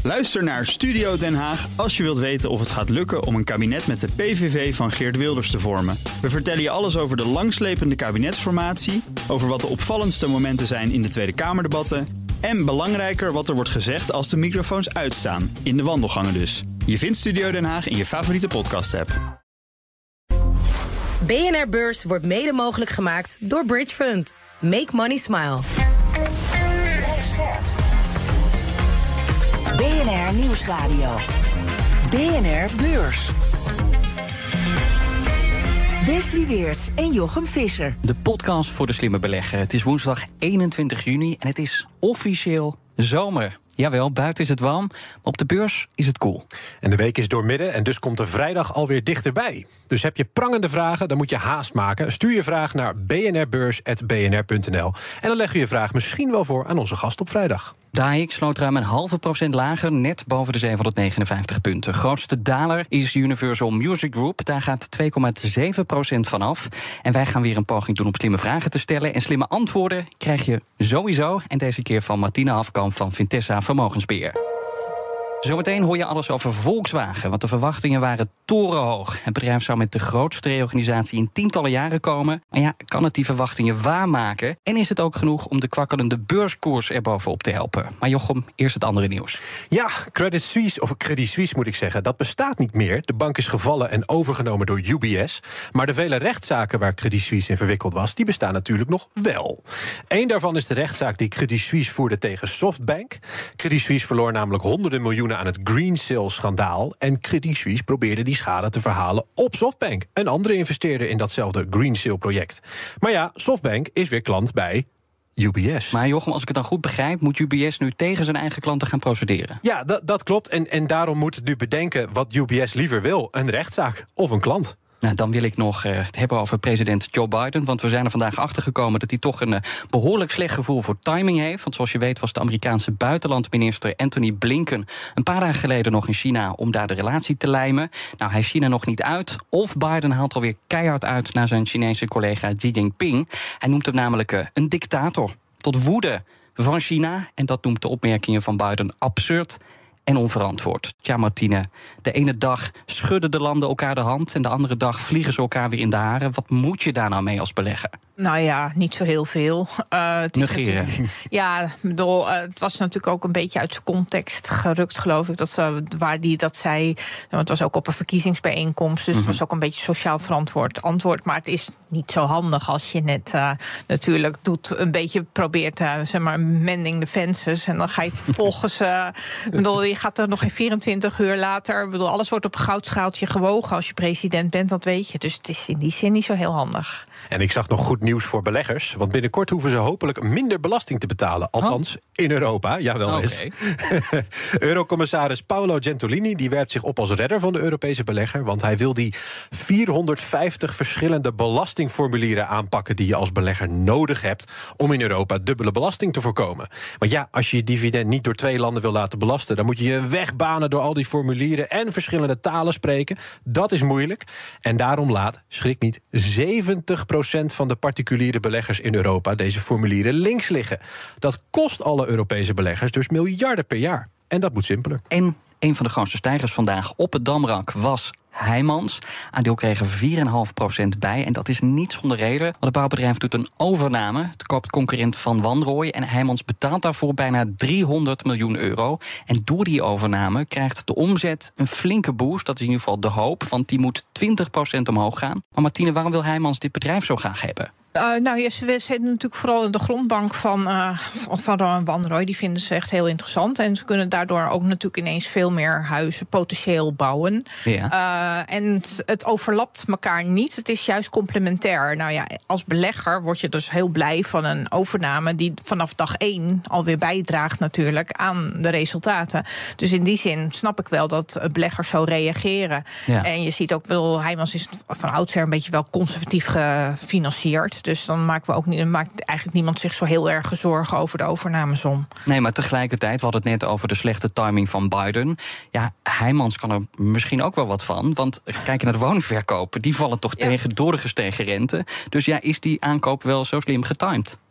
Luister naar Studio Den Haag als je wilt weten of het gaat lukken om een kabinet met de PVV van Geert Wilders te vormen. We vertellen je alles over de langslepende kabinetsformatie, over wat de opvallendste momenten zijn in de Tweede Kamerdebatten en belangrijker wat er wordt gezegd als de microfoons uitstaan, in de wandelgangen dus. Je vindt Studio Den Haag in je favoriete podcast-app. BNR Beurs wordt mede mogelijk gemaakt door Bridge Fund. Make money smile. BNR Nieuwsradio. BNR Beurs. Wesley Weerts en Jochem Visser. De podcast voor de slimme belegger. Het is woensdag 21 juni en het is officieel zomer. Jawel, buiten is het warm, maar op de beurs is het koel. En de week is doormidden en dus komt de vrijdag alweer dichterbij. Dus heb je prangende vragen, dan moet je haast maken. Stuur je vraag naar bnrbeurs@bnr.nl. En dan leggen we je vraag misschien wel voor aan onze gast op vrijdag. De AX sloot ruim 0,5% lager, net boven de 759 punten. Grootste daler is Universal Music Group. Daar gaat 2,7% van af. En wij gaan weer een poging doen om slimme vragen te stellen. En slimme antwoorden krijg je sowieso. En deze keer van Martine Hafkamp van Vintessa Vermogensbeheer. Zometeen hoor je alles over Volkswagen, want de verwachtingen waren torenhoog. Het bedrijf zou met de grootste reorganisatie in tientallen jaren komen. Maar ja, kan het die verwachtingen waarmaken? En is het ook genoeg om de kwakkelende beurskoers erbovenop te helpen? Maar Jochem, eerst het andere nieuws. Ja, Credit Suisse moet ik zeggen, dat bestaat niet meer. De bank is gevallen en overgenomen door UBS. Maar de vele rechtszaken waar Credit Suisse in verwikkeld was, die bestaan natuurlijk nog wel. Eén daarvan is de rechtszaak die Credit Suisse voerde tegen SoftBank. Credit Suisse verloor namelijk honderden miljoenen aan het Greensill-schandaal. En Credit Suisse probeerde die schade te verhalen op SoftBank. Een andere investeerder in datzelfde Greensill-project. Maar ja, SoftBank is weer klant bij UBS. Maar Jochem, als ik het dan goed begrijp, moet UBS nu tegen zijn eigen klanten gaan procederen. Ja, dat klopt. En daarom moet het nu bedenken wat UBS liever wil. Een rechtszaak of een klant. Nou, dan wil ik nog het hebben over president Joe Biden. Want we zijn er vandaag achtergekomen dat hij toch een behoorlijk slecht gevoel voor timing heeft. Want zoals je weet was de Amerikaanse buitenlandminister Antony Blinken een paar dagen geleden nog in China om daar de relatie te lijmen. Nou, hij is China nog niet uit. Of Biden haalt alweer keihard uit naar zijn Chinese collega Xi Jinping. Hij noemt hem namelijk een dictator. Tot woede van China. En dat noemt de opmerkingen van Biden absurd en onverantwoord. Tja, Martine, de ene dag schudden de landen elkaar de hand en de andere dag vliegen ze elkaar weer in de haren. Wat moet je daar nou mee als belegger? Nou ja, niet zo heel veel. Negeren. Ja, ik bedoel, het was natuurlijk ook een beetje uit zijn context gerukt, geloof ik. Waar die dat zei. Nou, het was ook op een verkiezingsbijeenkomst, dus het was ook een beetje sociaal verantwoord antwoord. Maar het is niet zo handig als je net natuurlijk een beetje probeert, zeg maar, mending the fences. En dan ga je vervolgens, je gaat er nog geen 24 uur later. Alles wordt op een goudschaaltje gewogen als je president bent, dat weet je. Dus het is in die zin niet zo heel handig. En ik zag nog goed nieuws voor beleggers. Want binnenkort hoeven ze hopelijk minder belasting te betalen. Althans, in Europa. Jawel eens. Eurocommissaris Paolo Gentiloni die werpt zich op als redder van de Europese belegger. Want hij wil die 450 verschillende belastingformulieren aanpakken die je als belegger nodig hebt om in Europa dubbele belasting te voorkomen. Want ja, als je je dividend niet door 2 landen wil laten belasten, dan moet je een weg banen door al die formulieren en verschillende talen spreken. Dat is moeilijk. En daarom laat, schrik niet, 70% van de particuliere beleggers in Europa deze formulieren links liggen. Dat kost alle Europese beleggers dus miljarden per jaar. En dat moet simpeler. En een van de grootste stijgers vandaag op het Damrak was Heijmans. Aandeel kreeg er 4,5% bij. En dat is niet zonder reden. Want het bouwbedrijf doet een overname. Het koopt concurrent Van Wanrooij. En Heijmans betaalt daarvoor bijna 300 miljoen euro. En door die overname krijgt de omzet een flinke boost. Dat is in ieder geval de hoop. Want die moet 20% omhoog gaan. Maar Martine, waarom wil Heijmans dit bedrijf zo graag hebben? Ze zitten natuurlijk vooral in de grondbank van Van Wanrooij. Die vinden ze echt heel interessant. En ze kunnen daardoor ook natuurlijk ineens veel meer huizen potentieel bouwen. Ja. En het overlapt elkaar niet. Het is juist complementair. Nou ja, als belegger word je dus heel blij van een overname die vanaf dag 1 alweer bijdraagt natuurlijk aan de resultaten. Dus in die zin snap ik wel dat beleggers zo reageren. Ja. En je ziet ook wel, Heijmans is van oudsher een beetje wel conservatief gefinancierd. Dus dan maakt eigenlijk niemand zich zo heel erg zorgen over de overnamesom. Nee, maar tegelijkertijd, we hadden het net over de slechte timing van Biden. Ja, Heijmans kan er misschien ook wel wat van. Want kijk naar de woningverkopen, die vallen toch tegen door de gestegen rente. Dus ja, is die aankoop wel zo slim getimed?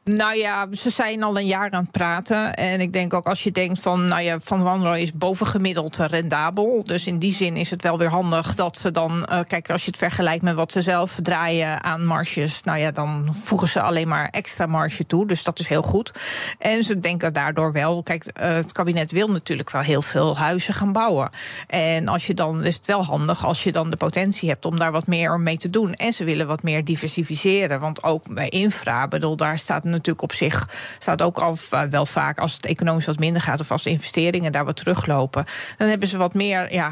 Nou ja, ze zijn al een jaar aan het praten. En ik denk ook als je denkt van, Van Wanrooij is bovengemiddeld rendabel. Dus in die zin is het wel weer handig dat ze dan, kijk, als je het vergelijkt met wat ze zelf draaien aan marges, dan voegen ze alleen maar extra marge toe. Dus dat is heel goed. En ze denken daardoor wel, kijk, het kabinet wil natuurlijk wel heel veel huizen gaan bouwen. En als je dan is het wel handig als je dan de potentie hebt om daar wat meer mee te doen. En ze willen wat meer diversificeren. Want ook bij infra, daar staat natuurlijk op zich, staat ook al wel vaak als het economisch wat minder gaat of als de investeringen daar wat teruglopen, dan hebben ze wat meer,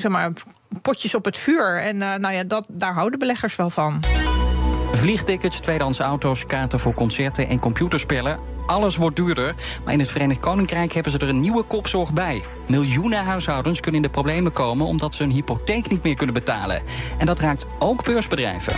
potjes op het vuur. En daar houden beleggers wel van. Vliegtickets, tweedehands auto's, kaarten voor concerten en computerspellen. Alles wordt duurder, maar in het Verenigd Koninkrijk hebben ze er een nieuwe kopzorg bij. Miljoenen huishoudens kunnen in de problemen komen omdat ze hun hypotheek niet meer kunnen betalen. En dat raakt ook beursbedrijven.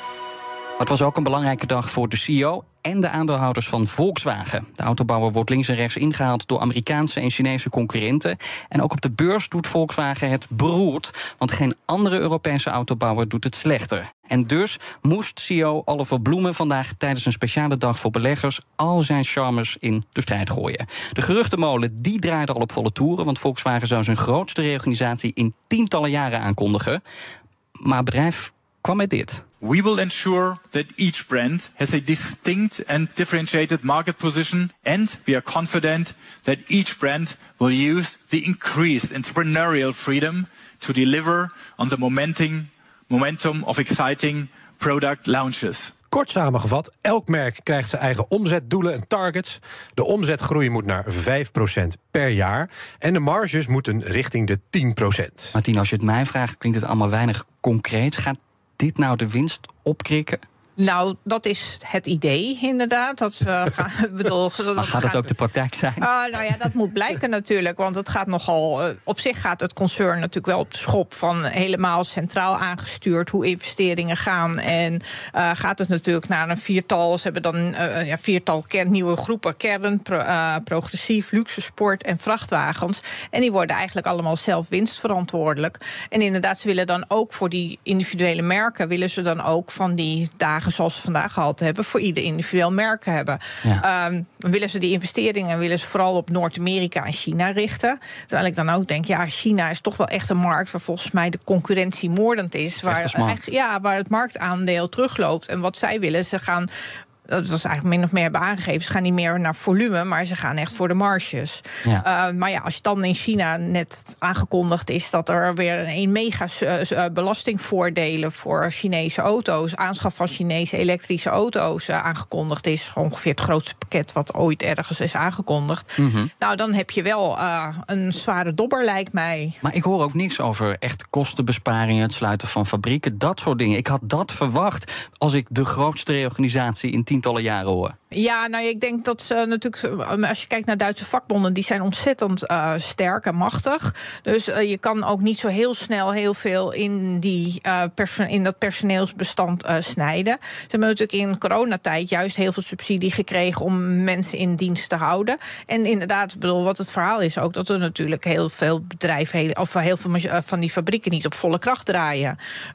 Het was ook een belangrijke dag voor de CEO en de aandeelhouders van Volkswagen. De autobouwer wordt links en rechts ingehaald door Amerikaanse en Chinese concurrenten. En ook op de beurs doet Volkswagen het beroerd, want geen andere Europese autobouwer doet het slechter. En dus moest CEO Oliver Blume vandaag tijdens een speciale dag voor beleggers al zijn charmes in de strijd gooien. De geruchtenmolen die draaide al op volle toeren, want Volkswagen zou zijn grootste reorganisatie in tientallen jaren aankondigen. Maar het bedrijf kwam met dit. We will ensure that each brand has a distinct and differentiated market position, and we are confident that each brand will use the increased entrepreneurial freedom to deliver on the momentum of exciting product launches. Kort samengevat, elk merk krijgt zijn eigen omzetdoelen en targets. De omzetgroei moet naar 5% per jaar. En de marges moeten richting de 10%. Martien, als je het mij vraagt, klinkt het allemaal weinig concreet. Gaat dit nou de winst opkrikken? Nou, dat is het idee, inderdaad. Maar gaat het ook de praktijk zijn? Dat moet blijken natuurlijk. Want het gaat nogal. Op zich gaat het concern natuurlijk wel op de schop van helemaal centraal aangestuurd hoe investeringen gaan. En gaat het natuurlijk naar een viertal. Ze hebben dan viertal nieuwe groepen: kern, progressief, luxe sport en vrachtwagens. En die worden eigenlijk allemaal zelf winstverantwoordelijk. En inderdaad, ze willen dan ook voor die individuele merken, willen ze dan ook van die dagen zoals we vandaag gehad hebben, voor ieder individueel merk hebben. Ja. Willen ze die investeringen vooral op Noord-Amerika en China richten. Terwijl ik dan ook denk, China is toch wel echt een markt waar volgens mij de concurrentie moordend is. Waar het marktaandeel terugloopt. En wat zij willen, ze gaan. Dat was eigenlijk min of meer hebben aangegeven. Ze gaan niet meer naar volume, maar ze gaan echt voor de marges. Ja. Maar als je dan in China net aangekondigd is dat er weer een mega belastingvoordelen voor Chinese auto's, aanschaf van Chinese elektrische auto's aangekondigd is. Ongeveer het grootste pakket wat ooit ergens is aangekondigd. Mm-hmm. Nou, dan heb je wel een zware dobber, lijkt mij. Maar ik hoor ook niks over echt kostenbesparingen, het sluiten van fabrieken, dat soort dingen. Ik had dat verwacht als ik de grootste reorganisatie in tientallen jaren hoor. Ja, ik denk dat ze natuurlijk, als je kijkt naar Duitse vakbonden, die zijn ontzettend sterk en machtig. Dus je kan ook niet zo heel snel heel veel in dat personeelsbestand snijden. Ze hebben natuurlijk in coronatijd juist heel veel subsidie gekregen om mensen in dienst te houden. En inderdaad, wat het verhaal is ook, dat er natuurlijk heel veel bedrijven, of heel veel van die fabrieken niet op volle kracht draaien.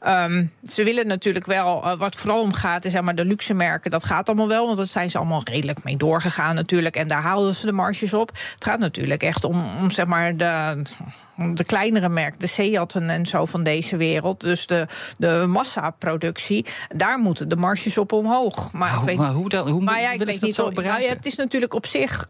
Ze willen natuurlijk wel, wat vooral om gaat, is de luxe merken, dat gaat allemaal wel, want dat zijn ze allemaal redelijk mee doorgegaan natuurlijk. En daar haalden ze de marges op. Het gaat natuurlijk echt om de kleinere merken, de Seatten en zo van deze wereld. Dus de massaproductie, daar moeten de marges op omhoog. Maar ik weet niet zo bereiken. Het is natuurlijk op zich.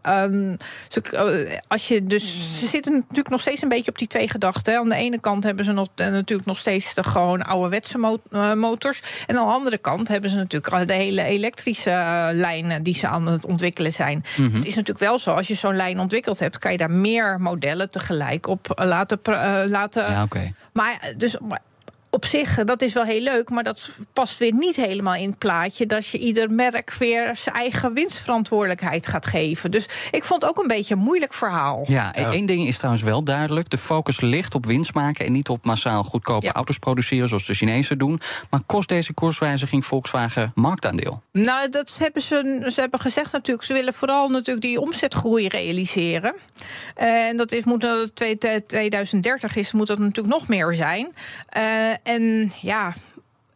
Ze zitten natuurlijk nog steeds een beetje op die twee gedachten. Hè. Aan de ene kant hebben ze natuurlijk nog steeds de gewoon ouderwetse motors. En aan de andere kant hebben ze natuurlijk de hele elektrische lijnen die ze aan het ontwikkelen zijn. Mm-hmm. Het is natuurlijk wel zo, als je zo'n lijn ontwikkeld hebt, kan je daar meer modellen tegelijk op laten. Ja, okay. Maar op zich, dat is wel heel leuk, maar dat past weer niet helemaal in het plaatje dat je ieder merk weer zijn eigen winstverantwoordelijkheid gaat geven. Dus ik vond het ook een beetje een moeilijk verhaal. Ja, één ding is trouwens wel duidelijk. De focus ligt op winst maken en niet op massaal goedkope auto's produceren zoals de Chinezen doen. Maar kost deze koerswijziging Volkswagen marktaandeel? Nou, dat hebben ze hebben gezegd natuurlijk. Ze willen vooral natuurlijk die omzetgroei realiseren. En dat moet 2030 moet dat natuurlijk nog meer zijn. En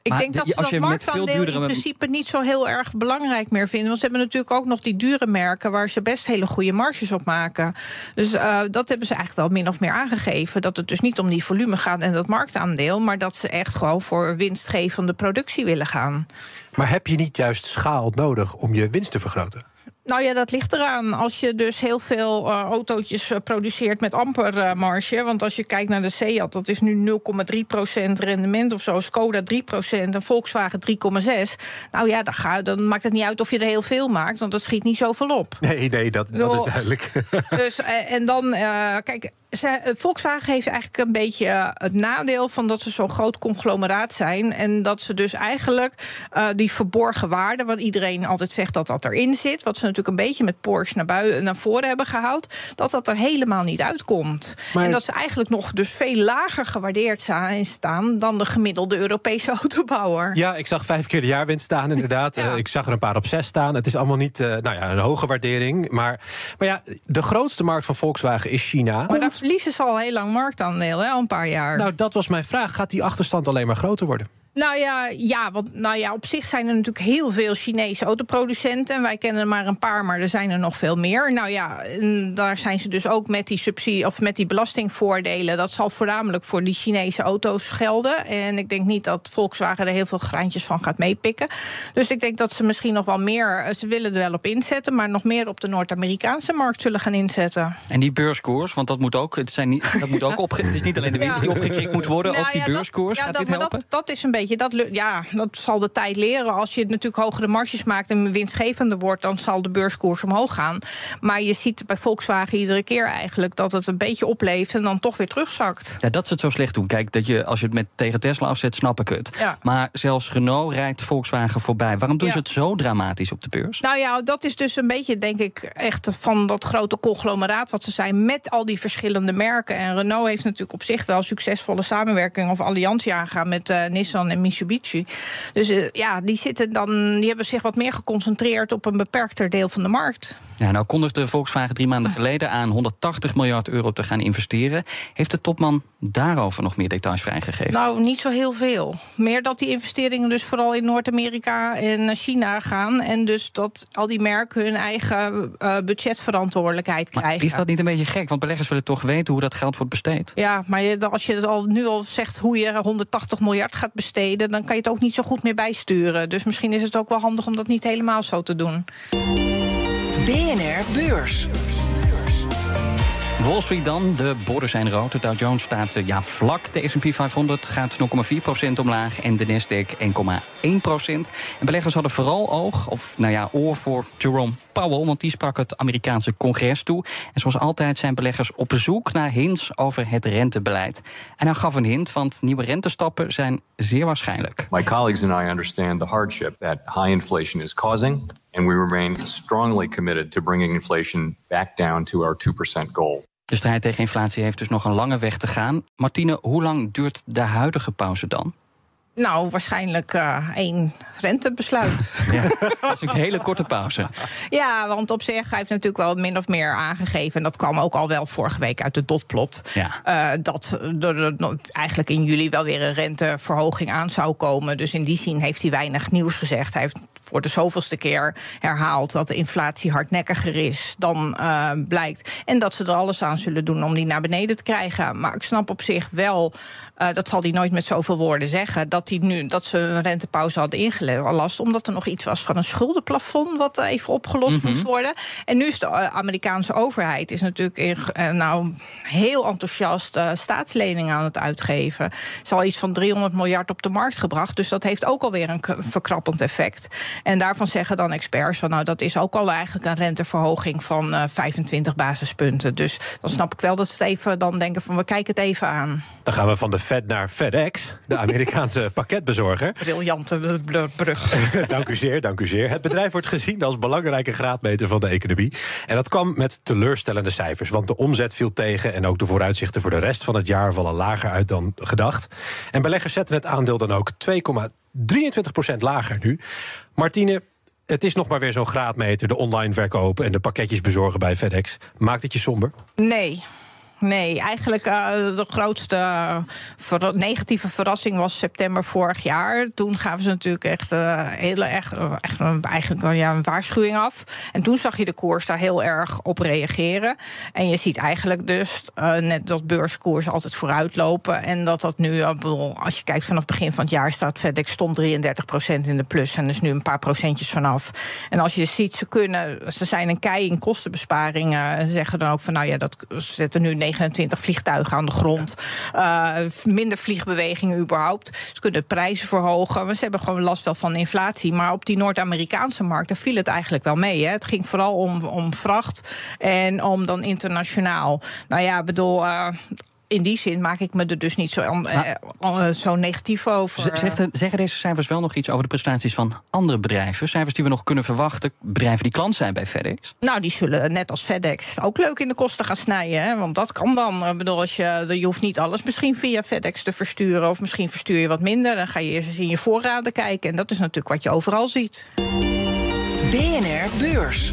Ik denk dat ze dat marktaandeel in principe niet zo heel erg belangrijk meer vinden. Want ze hebben natuurlijk ook nog die dure merken waar ze best hele goede marges op maken. Dus dat hebben ze eigenlijk wel min of meer aangegeven. Dat het dus niet om die volume gaat en dat marktaandeel, maar dat ze echt gewoon voor winstgevende productie willen gaan. Maar heb je niet juist schaal nodig om je winst te vergroten? Nou ja, dat ligt eraan. Als je dus heel veel autootjes produceert met amper marge. Want als je kijkt naar de Seat, dat is nu 0,3% rendement of zo. Skoda 3% en Volkswagen 3,6%. Nou ja, dan maakt het niet uit of je er heel veel maakt, want dat schiet niet zoveel op. Nee, dat is duidelijk. Dus, en dan, kijk, Volkswagen heeft eigenlijk een beetje het nadeel van dat ze zo'n groot conglomeraat zijn. En dat ze dus eigenlijk die verborgen waarde, wat iedereen altijd zegt dat erin zit, wat ze natuurlijk een beetje met Porsche naar voren hebben gehaald, dat er helemaal niet uitkomt. Maar en dat ze eigenlijk nog dus veel lager gewaardeerd staan dan de gemiddelde Europese autobouwer. Ja, ik zag 5 keer de jaarwinst staan, inderdaad. Ja. Ik zag er een paar op 6 staan. Het is allemaal niet een hoge waardering. Maar ja, de grootste markt van Volkswagen is China. Maar daar verliezen ze al heel lang marktaandeel, al een paar jaar. Nou, dat was mijn vraag. Gaat die achterstand alleen maar groter worden? Want op zich zijn er natuurlijk heel veel Chinese autoproducenten. En wij kennen er maar een paar, maar er zijn er nog veel meer. Nou ja, daar zijn ze dus ook met die subsidie of met die belastingvoordelen. Dat zal voornamelijk voor die Chinese auto's gelden. En ik denk niet dat Volkswagen er heel veel graantjes van gaat meepikken. Dus ik denk dat ze misschien nog wel meer, ze willen er wel op inzetten, maar nog meer op de Noord-Amerikaanse markt zullen gaan inzetten. En die beurskoers, want dat moet ook, het is niet alleen de winst die opgekrikt moet worden, ook die beurskoers. Gaat dit helpen? Dat is een beetje. Dat zal de tijd leren. Als je natuurlijk hogere marges maakt en winstgevender wordt, dan zal de beurskoers omhoog gaan. Maar je ziet bij Volkswagen iedere keer eigenlijk dat het een beetje opleeft en dan toch weer terugzakt. Ja, dat ze het zo slecht doen. Kijk, als je het tegen Tesla afzet, snap ik het. Ja. Maar zelfs Renault rijdt Volkswagen voorbij. Waarom doen ze het zo dramatisch op de beurs? Nou ja, dat is dus een beetje, denk ik, echt van dat grote conglomeraat wat ze zijn met al die verschillende merken. En Renault heeft natuurlijk op zich wel succesvolle samenwerking of alliantie aangegaan met Nissan en Mitsubishi. Dus die hebben zich wat meer geconcentreerd op een beperkter deel van de markt. Ja, nou kondigde Volkswagen 3 maanden geleden aan 180 miljard euro te gaan investeren. Heeft de topman daarover nog meer details vrijgegeven? Nou, niet zo heel veel. Meer dat die investeringen dus vooral in Noord-Amerika en China gaan. En dus dat al die merken hun eigen budgetverantwoordelijkheid krijgen. Maar is dat niet een beetje gek? Want beleggers willen toch weten hoe dat geld wordt besteed? Ja, maar als je nu al zegt hoe je 180 miljard gaat besteden, dan kan je het ook niet zo goed meer bijsturen. Dus misschien is het ook wel handig om dat niet helemaal zo te doen. BNR Beurs. Wall Street dan, de borden zijn rood. De Dow Jones staat vlak. De S&P 500 gaat 0,4% omlaag en de Nasdaq 1,1%. En beleggers hadden vooral oor voor Jerome Powell, want die sprak het Amerikaanse congres toe. En zoals altijd zijn beleggers op zoek naar hints over het rentebeleid. En hij gaf een hint, want nieuwe rentestappen zijn zeer waarschijnlijk. My colleagues and I understand the hardship that high inflation is causing, and we remain strongly committed to bringing inflation back down to our 2% goal. De strijd tegen inflatie heeft dus nog een lange weg te gaan. Martine, hoe lang duurt de huidige pauze dan? Nou, waarschijnlijk 1 rentebesluit. Ja, dat is een hele korte pauze. Ja, want op zich, hij heeft natuurlijk wel min of meer aangegeven, en dat kwam ook al wel vorige week uit de dotplot, dat er eigenlijk in juli wel weer een renteverhoging aan zou komen. Dus in die zin heeft hij weinig nieuws gezegd. Hij heeft voor de zoveelste keer herhaald dat de inflatie hardnekkiger is dan blijkt. En dat ze er alles aan zullen doen om die naar beneden te krijgen. Maar ik snap op zich wel, dat zal hij nooit met zoveel woorden zeggen, dat ze een rentepauze hadden ingelast, omdat er nog iets was van een schuldenplafond wat even opgelost moest worden. En nu is de Amerikaanse overheid is natuurlijk heel enthousiast staatsleningen aan het uitgeven. Het is al iets van 300 miljard op de markt gebracht, dus dat heeft ook alweer een verkrappend effect. En daarvan zeggen dan experts van dat is ook al eigenlijk een renteverhoging van 25 basispunten. Dus dan snap ik wel dat ze het even dan denken van we kijken het even aan. Dan gaan we van de Fed naar FedEx, de Amerikaanse pakketbezorger. Briljante brug. Dank u zeer. Het bedrijf wordt gezien als belangrijke graadmeter van de economie. En dat kwam met teleurstellende cijfers, want de omzet viel tegen en ook de vooruitzichten voor de rest van het jaar vallen lager uit dan gedacht. En beleggers zetten het aandeel dan ook 2,23% lager nu. Martine, het is nog maar weer zo'n graadmeter, de online verkopen en de pakketjes bezorgen bij FedEx. Maakt het je somber? Nee. Nee, eigenlijk de grootste negatieve verrassing was september vorig jaar. Toen gaven ze natuurlijk echt een waarschuwing af. En toen zag je de koers daar heel erg op reageren. En je ziet eigenlijk dus net dat beurskoers altijd vooruitlopen. En dat nu, als je kijkt vanaf het begin van het jaar, staat FedEx stond 33% in de plus. En dus nu een paar procentjes vanaf. En als je ziet, ze zijn een kei in kostenbesparingen. Ze zeggen dan ook van, dat zetten nu 29 vliegtuigen aan de grond. Minder vliegbewegingen überhaupt. Ze kunnen prijzen verhogen. Ze hebben gewoon last wel van inflatie. Maar op die Noord-Amerikaanse markt, daar viel het eigenlijk wel mee. Hè. Het ging vooral om vracht en om dan internationaal. In die zin maak ik me er dus niet zo negatief over. Zeggen deze cijfers wel nog iets over de prestaties van andere bedrijven? Cijfers die we nog kunnen verwachten, bedrijven die klant zijn bij FedEx? Nou, die zullen net als FedEx ook leuk in de kosten gaan snijden. Hè? Want dat kan dan. Ik bedoel, je hoeft niet alles misschien via FedEx te versturen. Of misschien verstuur je wat minder. Dan ga je eerst eens in je voorraden kijken. En dat is natuurlijk wat je overal ziet. BNR Beurs.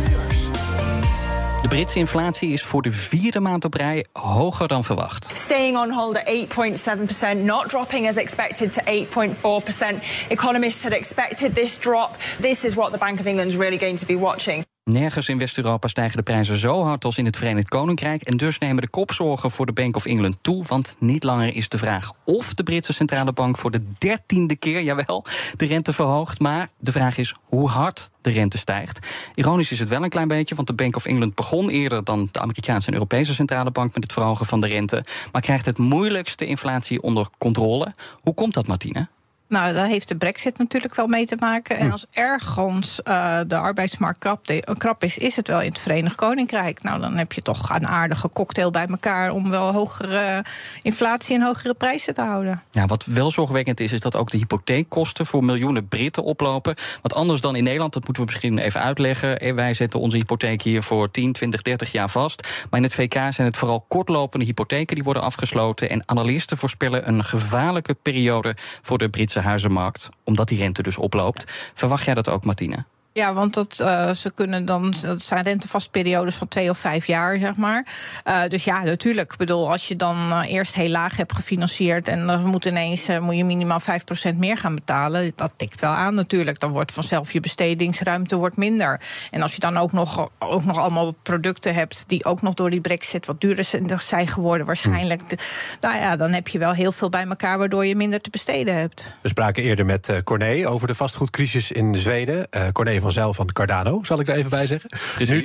De Britse inflatie is voor de 4e maand op rij hoger dan verwacht. Staying on hold at 8.7%, not dropping as expected to 8.4%. Economists had expected this drop. This is what the Bank of England is really going to be watching. Nergens in West-Europa stijgen de prijzen zo hard als in het Verenigd Koninkrijk. En dus nemen de kopzorgen voor de Bank of England toe. Want niet langer is de vraag of de Britse centrale bank voor de 13e keer, jawel, de rente verhoogt. Maar de vraag is hoe hard de rente stijgt. Ironisch is het wel een klein beetje, want de Bank of England begon eerder dan de Amerikaanse en Europese centrale bank met het verhogen van de rente. Maar krijgt het moeilijkste inflatie onder controle. Hoe komt dat, Martine? Nou, daar heeft de Brexit natuurlijk wel mee te maken. En als ergens de arbeidsmarkt krap is het wel in het Verenigd Koninkrijk. Nou, dan heb je toch een aardige cocktail bij elkaar om wel hogere inflatie en hogere prijzen te houden. Ja, wat wel zorgwekkend is dat ook de hypotheekkosten voor miljoenen Britten oplopen. Wat anders dan in Nederland, dat moeten we misschien even uitleggen. Wij zetten onze hypotheek hier voor 10, 20, 30 jaar vast. Maar in het VK zijn het vooral kortlopende hypotheken die worden afgesloten. En analisten voorspellen een gevaarlijke periode voor de Britse huizenmarkt, omdat die rente dus oploopt. Verwacht jij dat ook, Martine? Ja, want dat zijn rentevastperiodes van 2 of 5 jaar, zeg maar. Dus ja, natuurlijk. Ik bedoel, als je dan eerst heel laag hebt gefinancierd en dan moet je minimaal 5% meer gaan betalen, dat tikt wel aan natuurlijk. Dan wordt vanzelf je bestedingsruimte minder. En als je dan ook nog allemaal producten hebt die ook nog door die Brexit wat duurder zijn geworden, waarschijnlijk. Dan heb je wel heel veel bij elkaar, waardoor je minder te besteden hebt. We spraken eerder met Corné over de vastgoedcrisis in Zweden. Corné van Cardano, zal ik er even bij zeggen.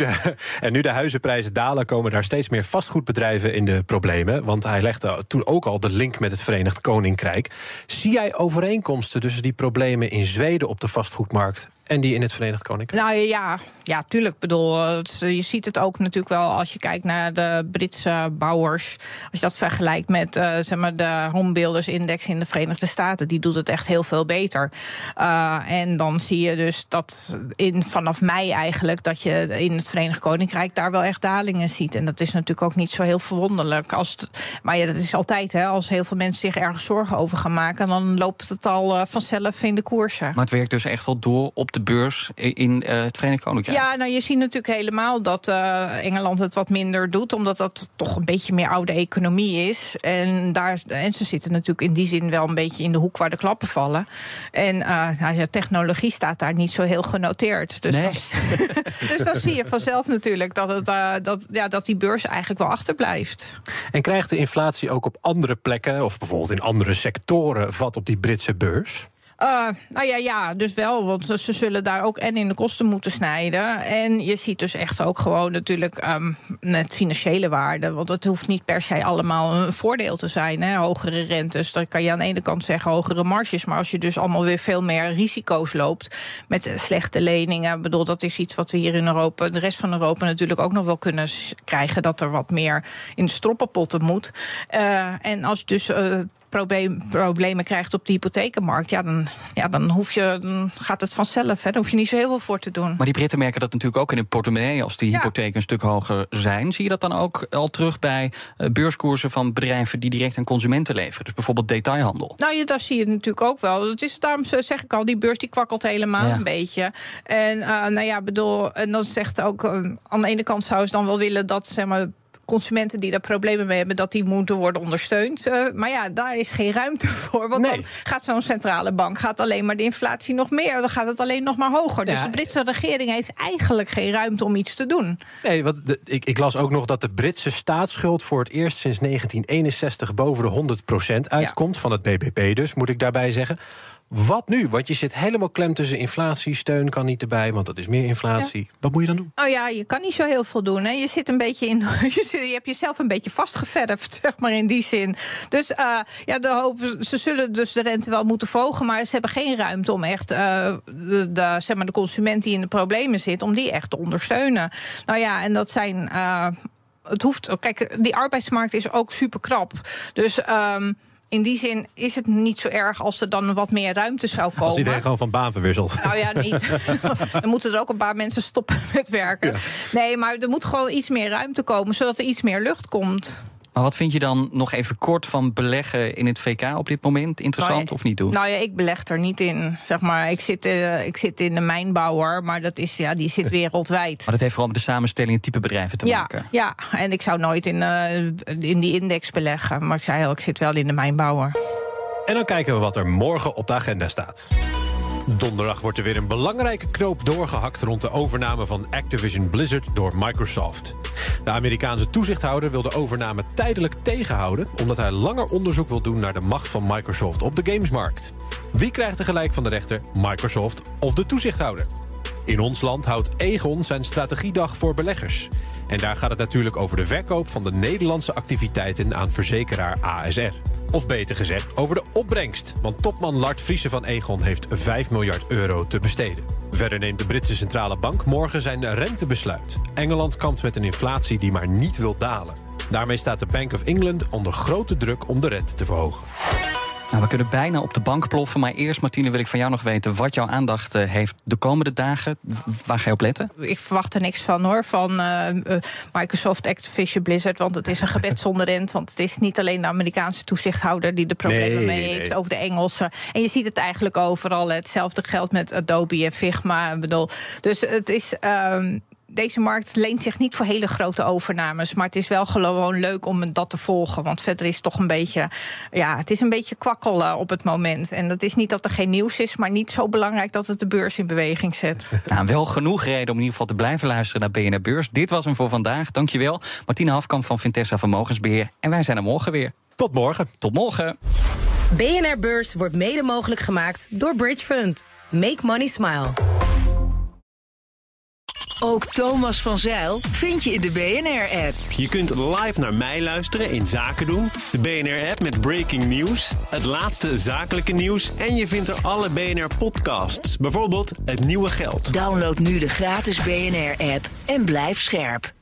Nu de huizenprijzen dalen, komen daar steeds meer vastgoedbedrijven in de problemen. Want hij legde toen ook al de link met het Verenigd Koninkrijk. Zie jij overeenkomsten tussen die problemen in Zweden op de vastgoedmarkt en die in het Verenigd Koninkrijk? Nou ja, tuurlijk. Je ziet het ook natuurlijk wel als je kijkt naar de Britse bouwers. Als je dat vergelijkt met de Homebuilders Index in de Verenigde Staten, die doet het echt heel veel beter. En dan zie je dus dat vanaf mei eigenlijk, dat je in het Verenigd Koninkrijk daar wel echt dalingen ziet. En dat is natuurlijk ook niet zo heel verwonderlijk. Maar dat is altijd, als heel veel mensen zich ergens zorgen over gaan maken, dan loopt het al vanzelf in de koersen. Maar het werkt dus echt wel door op de beurs in het Verenigd Koninkrijk. Ja, nou, je ziet natuurlijk helemaal dat Engeland het wat minder doet, omdat dat toch een beetje meer oude economie is. En ze zitten natuurlijk in die zin wel een beetje in de hoek waar de klappen vallen. En technologie staat daar niet zo heel genoteerd. Dus, dus dan zie je vanzelf natuurlijk dat die beurs eigenlijk wel achterblijft. En krijgt de inflatie ook op andere plekken, of bijvoorbeeld in andere sectoren, vat op die Britse beurs? Dus wel, want ze zullen daar ook en in de kosten moeten snijden. En je ziet dus echt ook gewoon natuurlijk met financiële waarde, want het hoeft niet per se allemaal een voordeel te zijn. Hè. Hogere rentes, dan kan je aan de ene kant zeggen hogere marges, maar als je dus allemaal weer veel meer risico's loopt met slechte leningen, dat is iets wat we hier in Europa, de rest van Europa natuurlijk ook nog wel kunnen krijgen, dat er wat meer in de stroppenpotten moet. En als je dus problemen krijgt op de hypothekenmarkt, dan gaat het vanzelf. Hè. Daar hoef je niet zo heel veel voor te doen. Maar die Britten merken dat natuurlijk ook in het portemonnee als die hypotheken een stuk hoger zijn. Zie je dat dan ook al terug bij beurskoersen van bedrijven die direct aan consumenten leveren? Dus bijvoorbeeld detailhandel. Nou, daar zie je het natuurlijk ook wel. Daarom zeg ik al, die beurs die kwakkelt helemaal een beetje. En en dan zegt ook, aan de ene kant zou ze dan wel willen dat consumenten die daar problemen mee hebben, dat die moeten worden ondersteund. Maar ja, daar is geen ruimte voor. Want dan gaat zo'n centrale bank alleen maar de inflatie nog meer. Dan gaat het alleen nog maar hoger. Dus de Britse regering heeft eigenlijk geen ruimte om iets te doen. Nee, want ik las ook nog dat de Britse staatsschuld voor het eerst sinds 1961 boven de 100% uitkomt. Van het BBP dus, moet ik daarbij zeggen. Wat nu? Want je zit helemaal klem tussen inflatie, steun kan niet erbij, want dat is meer inflatie. Ja. Wat moet je dan doen? Oh ja, je kan niet zo heel veel doen. Hè. Je zit een beetje in. Je hebt jezelf een beetje vastgeverfd, zeg maar, in die zin. Dus ze zullen dus de rente wel moeten verhogen, maar ze hebben geen ruimte om echt de consument die in de problemen zit, om die echt te ondersteunen. Nou ja, en dat zijn. Het hoeft. Kijk, die arbeidsmarkt is ook super krap. Dus. In die zin is het niet zo erg als er dan wat meer ruimte zou komen. Als iedereen gewoon van baan verwisselt. Nou ja, niet. Dan moeten er ook een paar mensen stoppen met werken. Ja. Nee, maar er moet gewoon iets meer ruimte komen, zodat er iets meer lucht komt. Maar wat vind je dan nog even kort van beleggen in het VK op dit moment? Interessant of niet doen? Nou ja, ik beleg er niet in. Zeg maar, ik zit in de mijnbouwer, maar dat is, die zit wereldwijd. Maar dat heeft vooral met de samenstelling en type bedrijven te maken. Ja, en ik zou nooit in die index beleggen. Maar ik zei al, ik zit wel in de mijnbouwer. En dan kijken we wat er morgen op de agenda staat. Donderdag wordt er weer een belangrijke knoop doorgehakt rond de overname van Activision Blizzard door Microsoft. De Amerikaanse toezichthouder wil de overname tijdelijk tegenhouden, omdat hij langer onderzoek wil doen naar de macht van Microsoft op de gamesmarkt. Wie krijgt er gelijk van de rechter, Microsoft of de toezichthouder? In ons land houdt Aegon zijn strategiedag voor beleggers. En daar gaat het natuurlijk over de verkoop van de Nederlandse activiteiten aan verzekeraar ASR. Of beter gezegd, over de opbrengst. Want topman Lard Friese van Aegon heeft 5 miljard euro te besteden. Verder neemt de Britse centrale bank morgen zijn rentebesluit. Engeland kampt met een inflatie die maar niet wil dalen. Daarmee staat de Bank of England onder grote druk om de rente te verhogen. Nou, we kunnen bijna op de bank ploffen. Maar eerst, Martine, wil ik van jou nog weten wat jouw aandacht heeft de komende dagen. Waar ga je op letten? Ik verwacht er niks van, hoor. Van Microsoft, Activision, Blizzard. Want het is een gebed zonder rente. Want het is niet alleen de Amerikaanse toezichthouder die de problemen mee heeft. Ook de Engelse. En je ziet het eigenlijk overal. Hetzelfde geldt met Adobe en Figma. Dus het is. Deze markt leent zich niet voor hele grote overnames. Maar het is wel gewoon leuk om dat te volgen. Want verder is het toch een beetje. Ja, het is een beetje kwakkelen op het moment. En dat is niet dat er geen nieuws is, maar niet zo belangrijk dat het de beurs in beweging zet. Nou, wel genoeg reden om in ieder geval te blijven luisteren naar BNR Beurs. Dit was hem voor vandaag. Dankjewel. Martine Hafkamp van Vintessa Vermogensbeheer. En wij zijn er morgen weer. Tot morgen. Tot morgen. BNR Beurs wordt mede mogelijk gemaakt door Bridge Fund. Make money smile. Ook Thomas van Zijl vind je in de BNR-app. Je kunt live naar mij luisteren in Zaken doen. De BNR-app met breaking news. Het laatste zakelijke nieuws. En je vindt er alle BNR-podcasts. Bijvoorbeeld Het Nieuwe Geld. Download nu de gratis BNR-app en blijf scherp.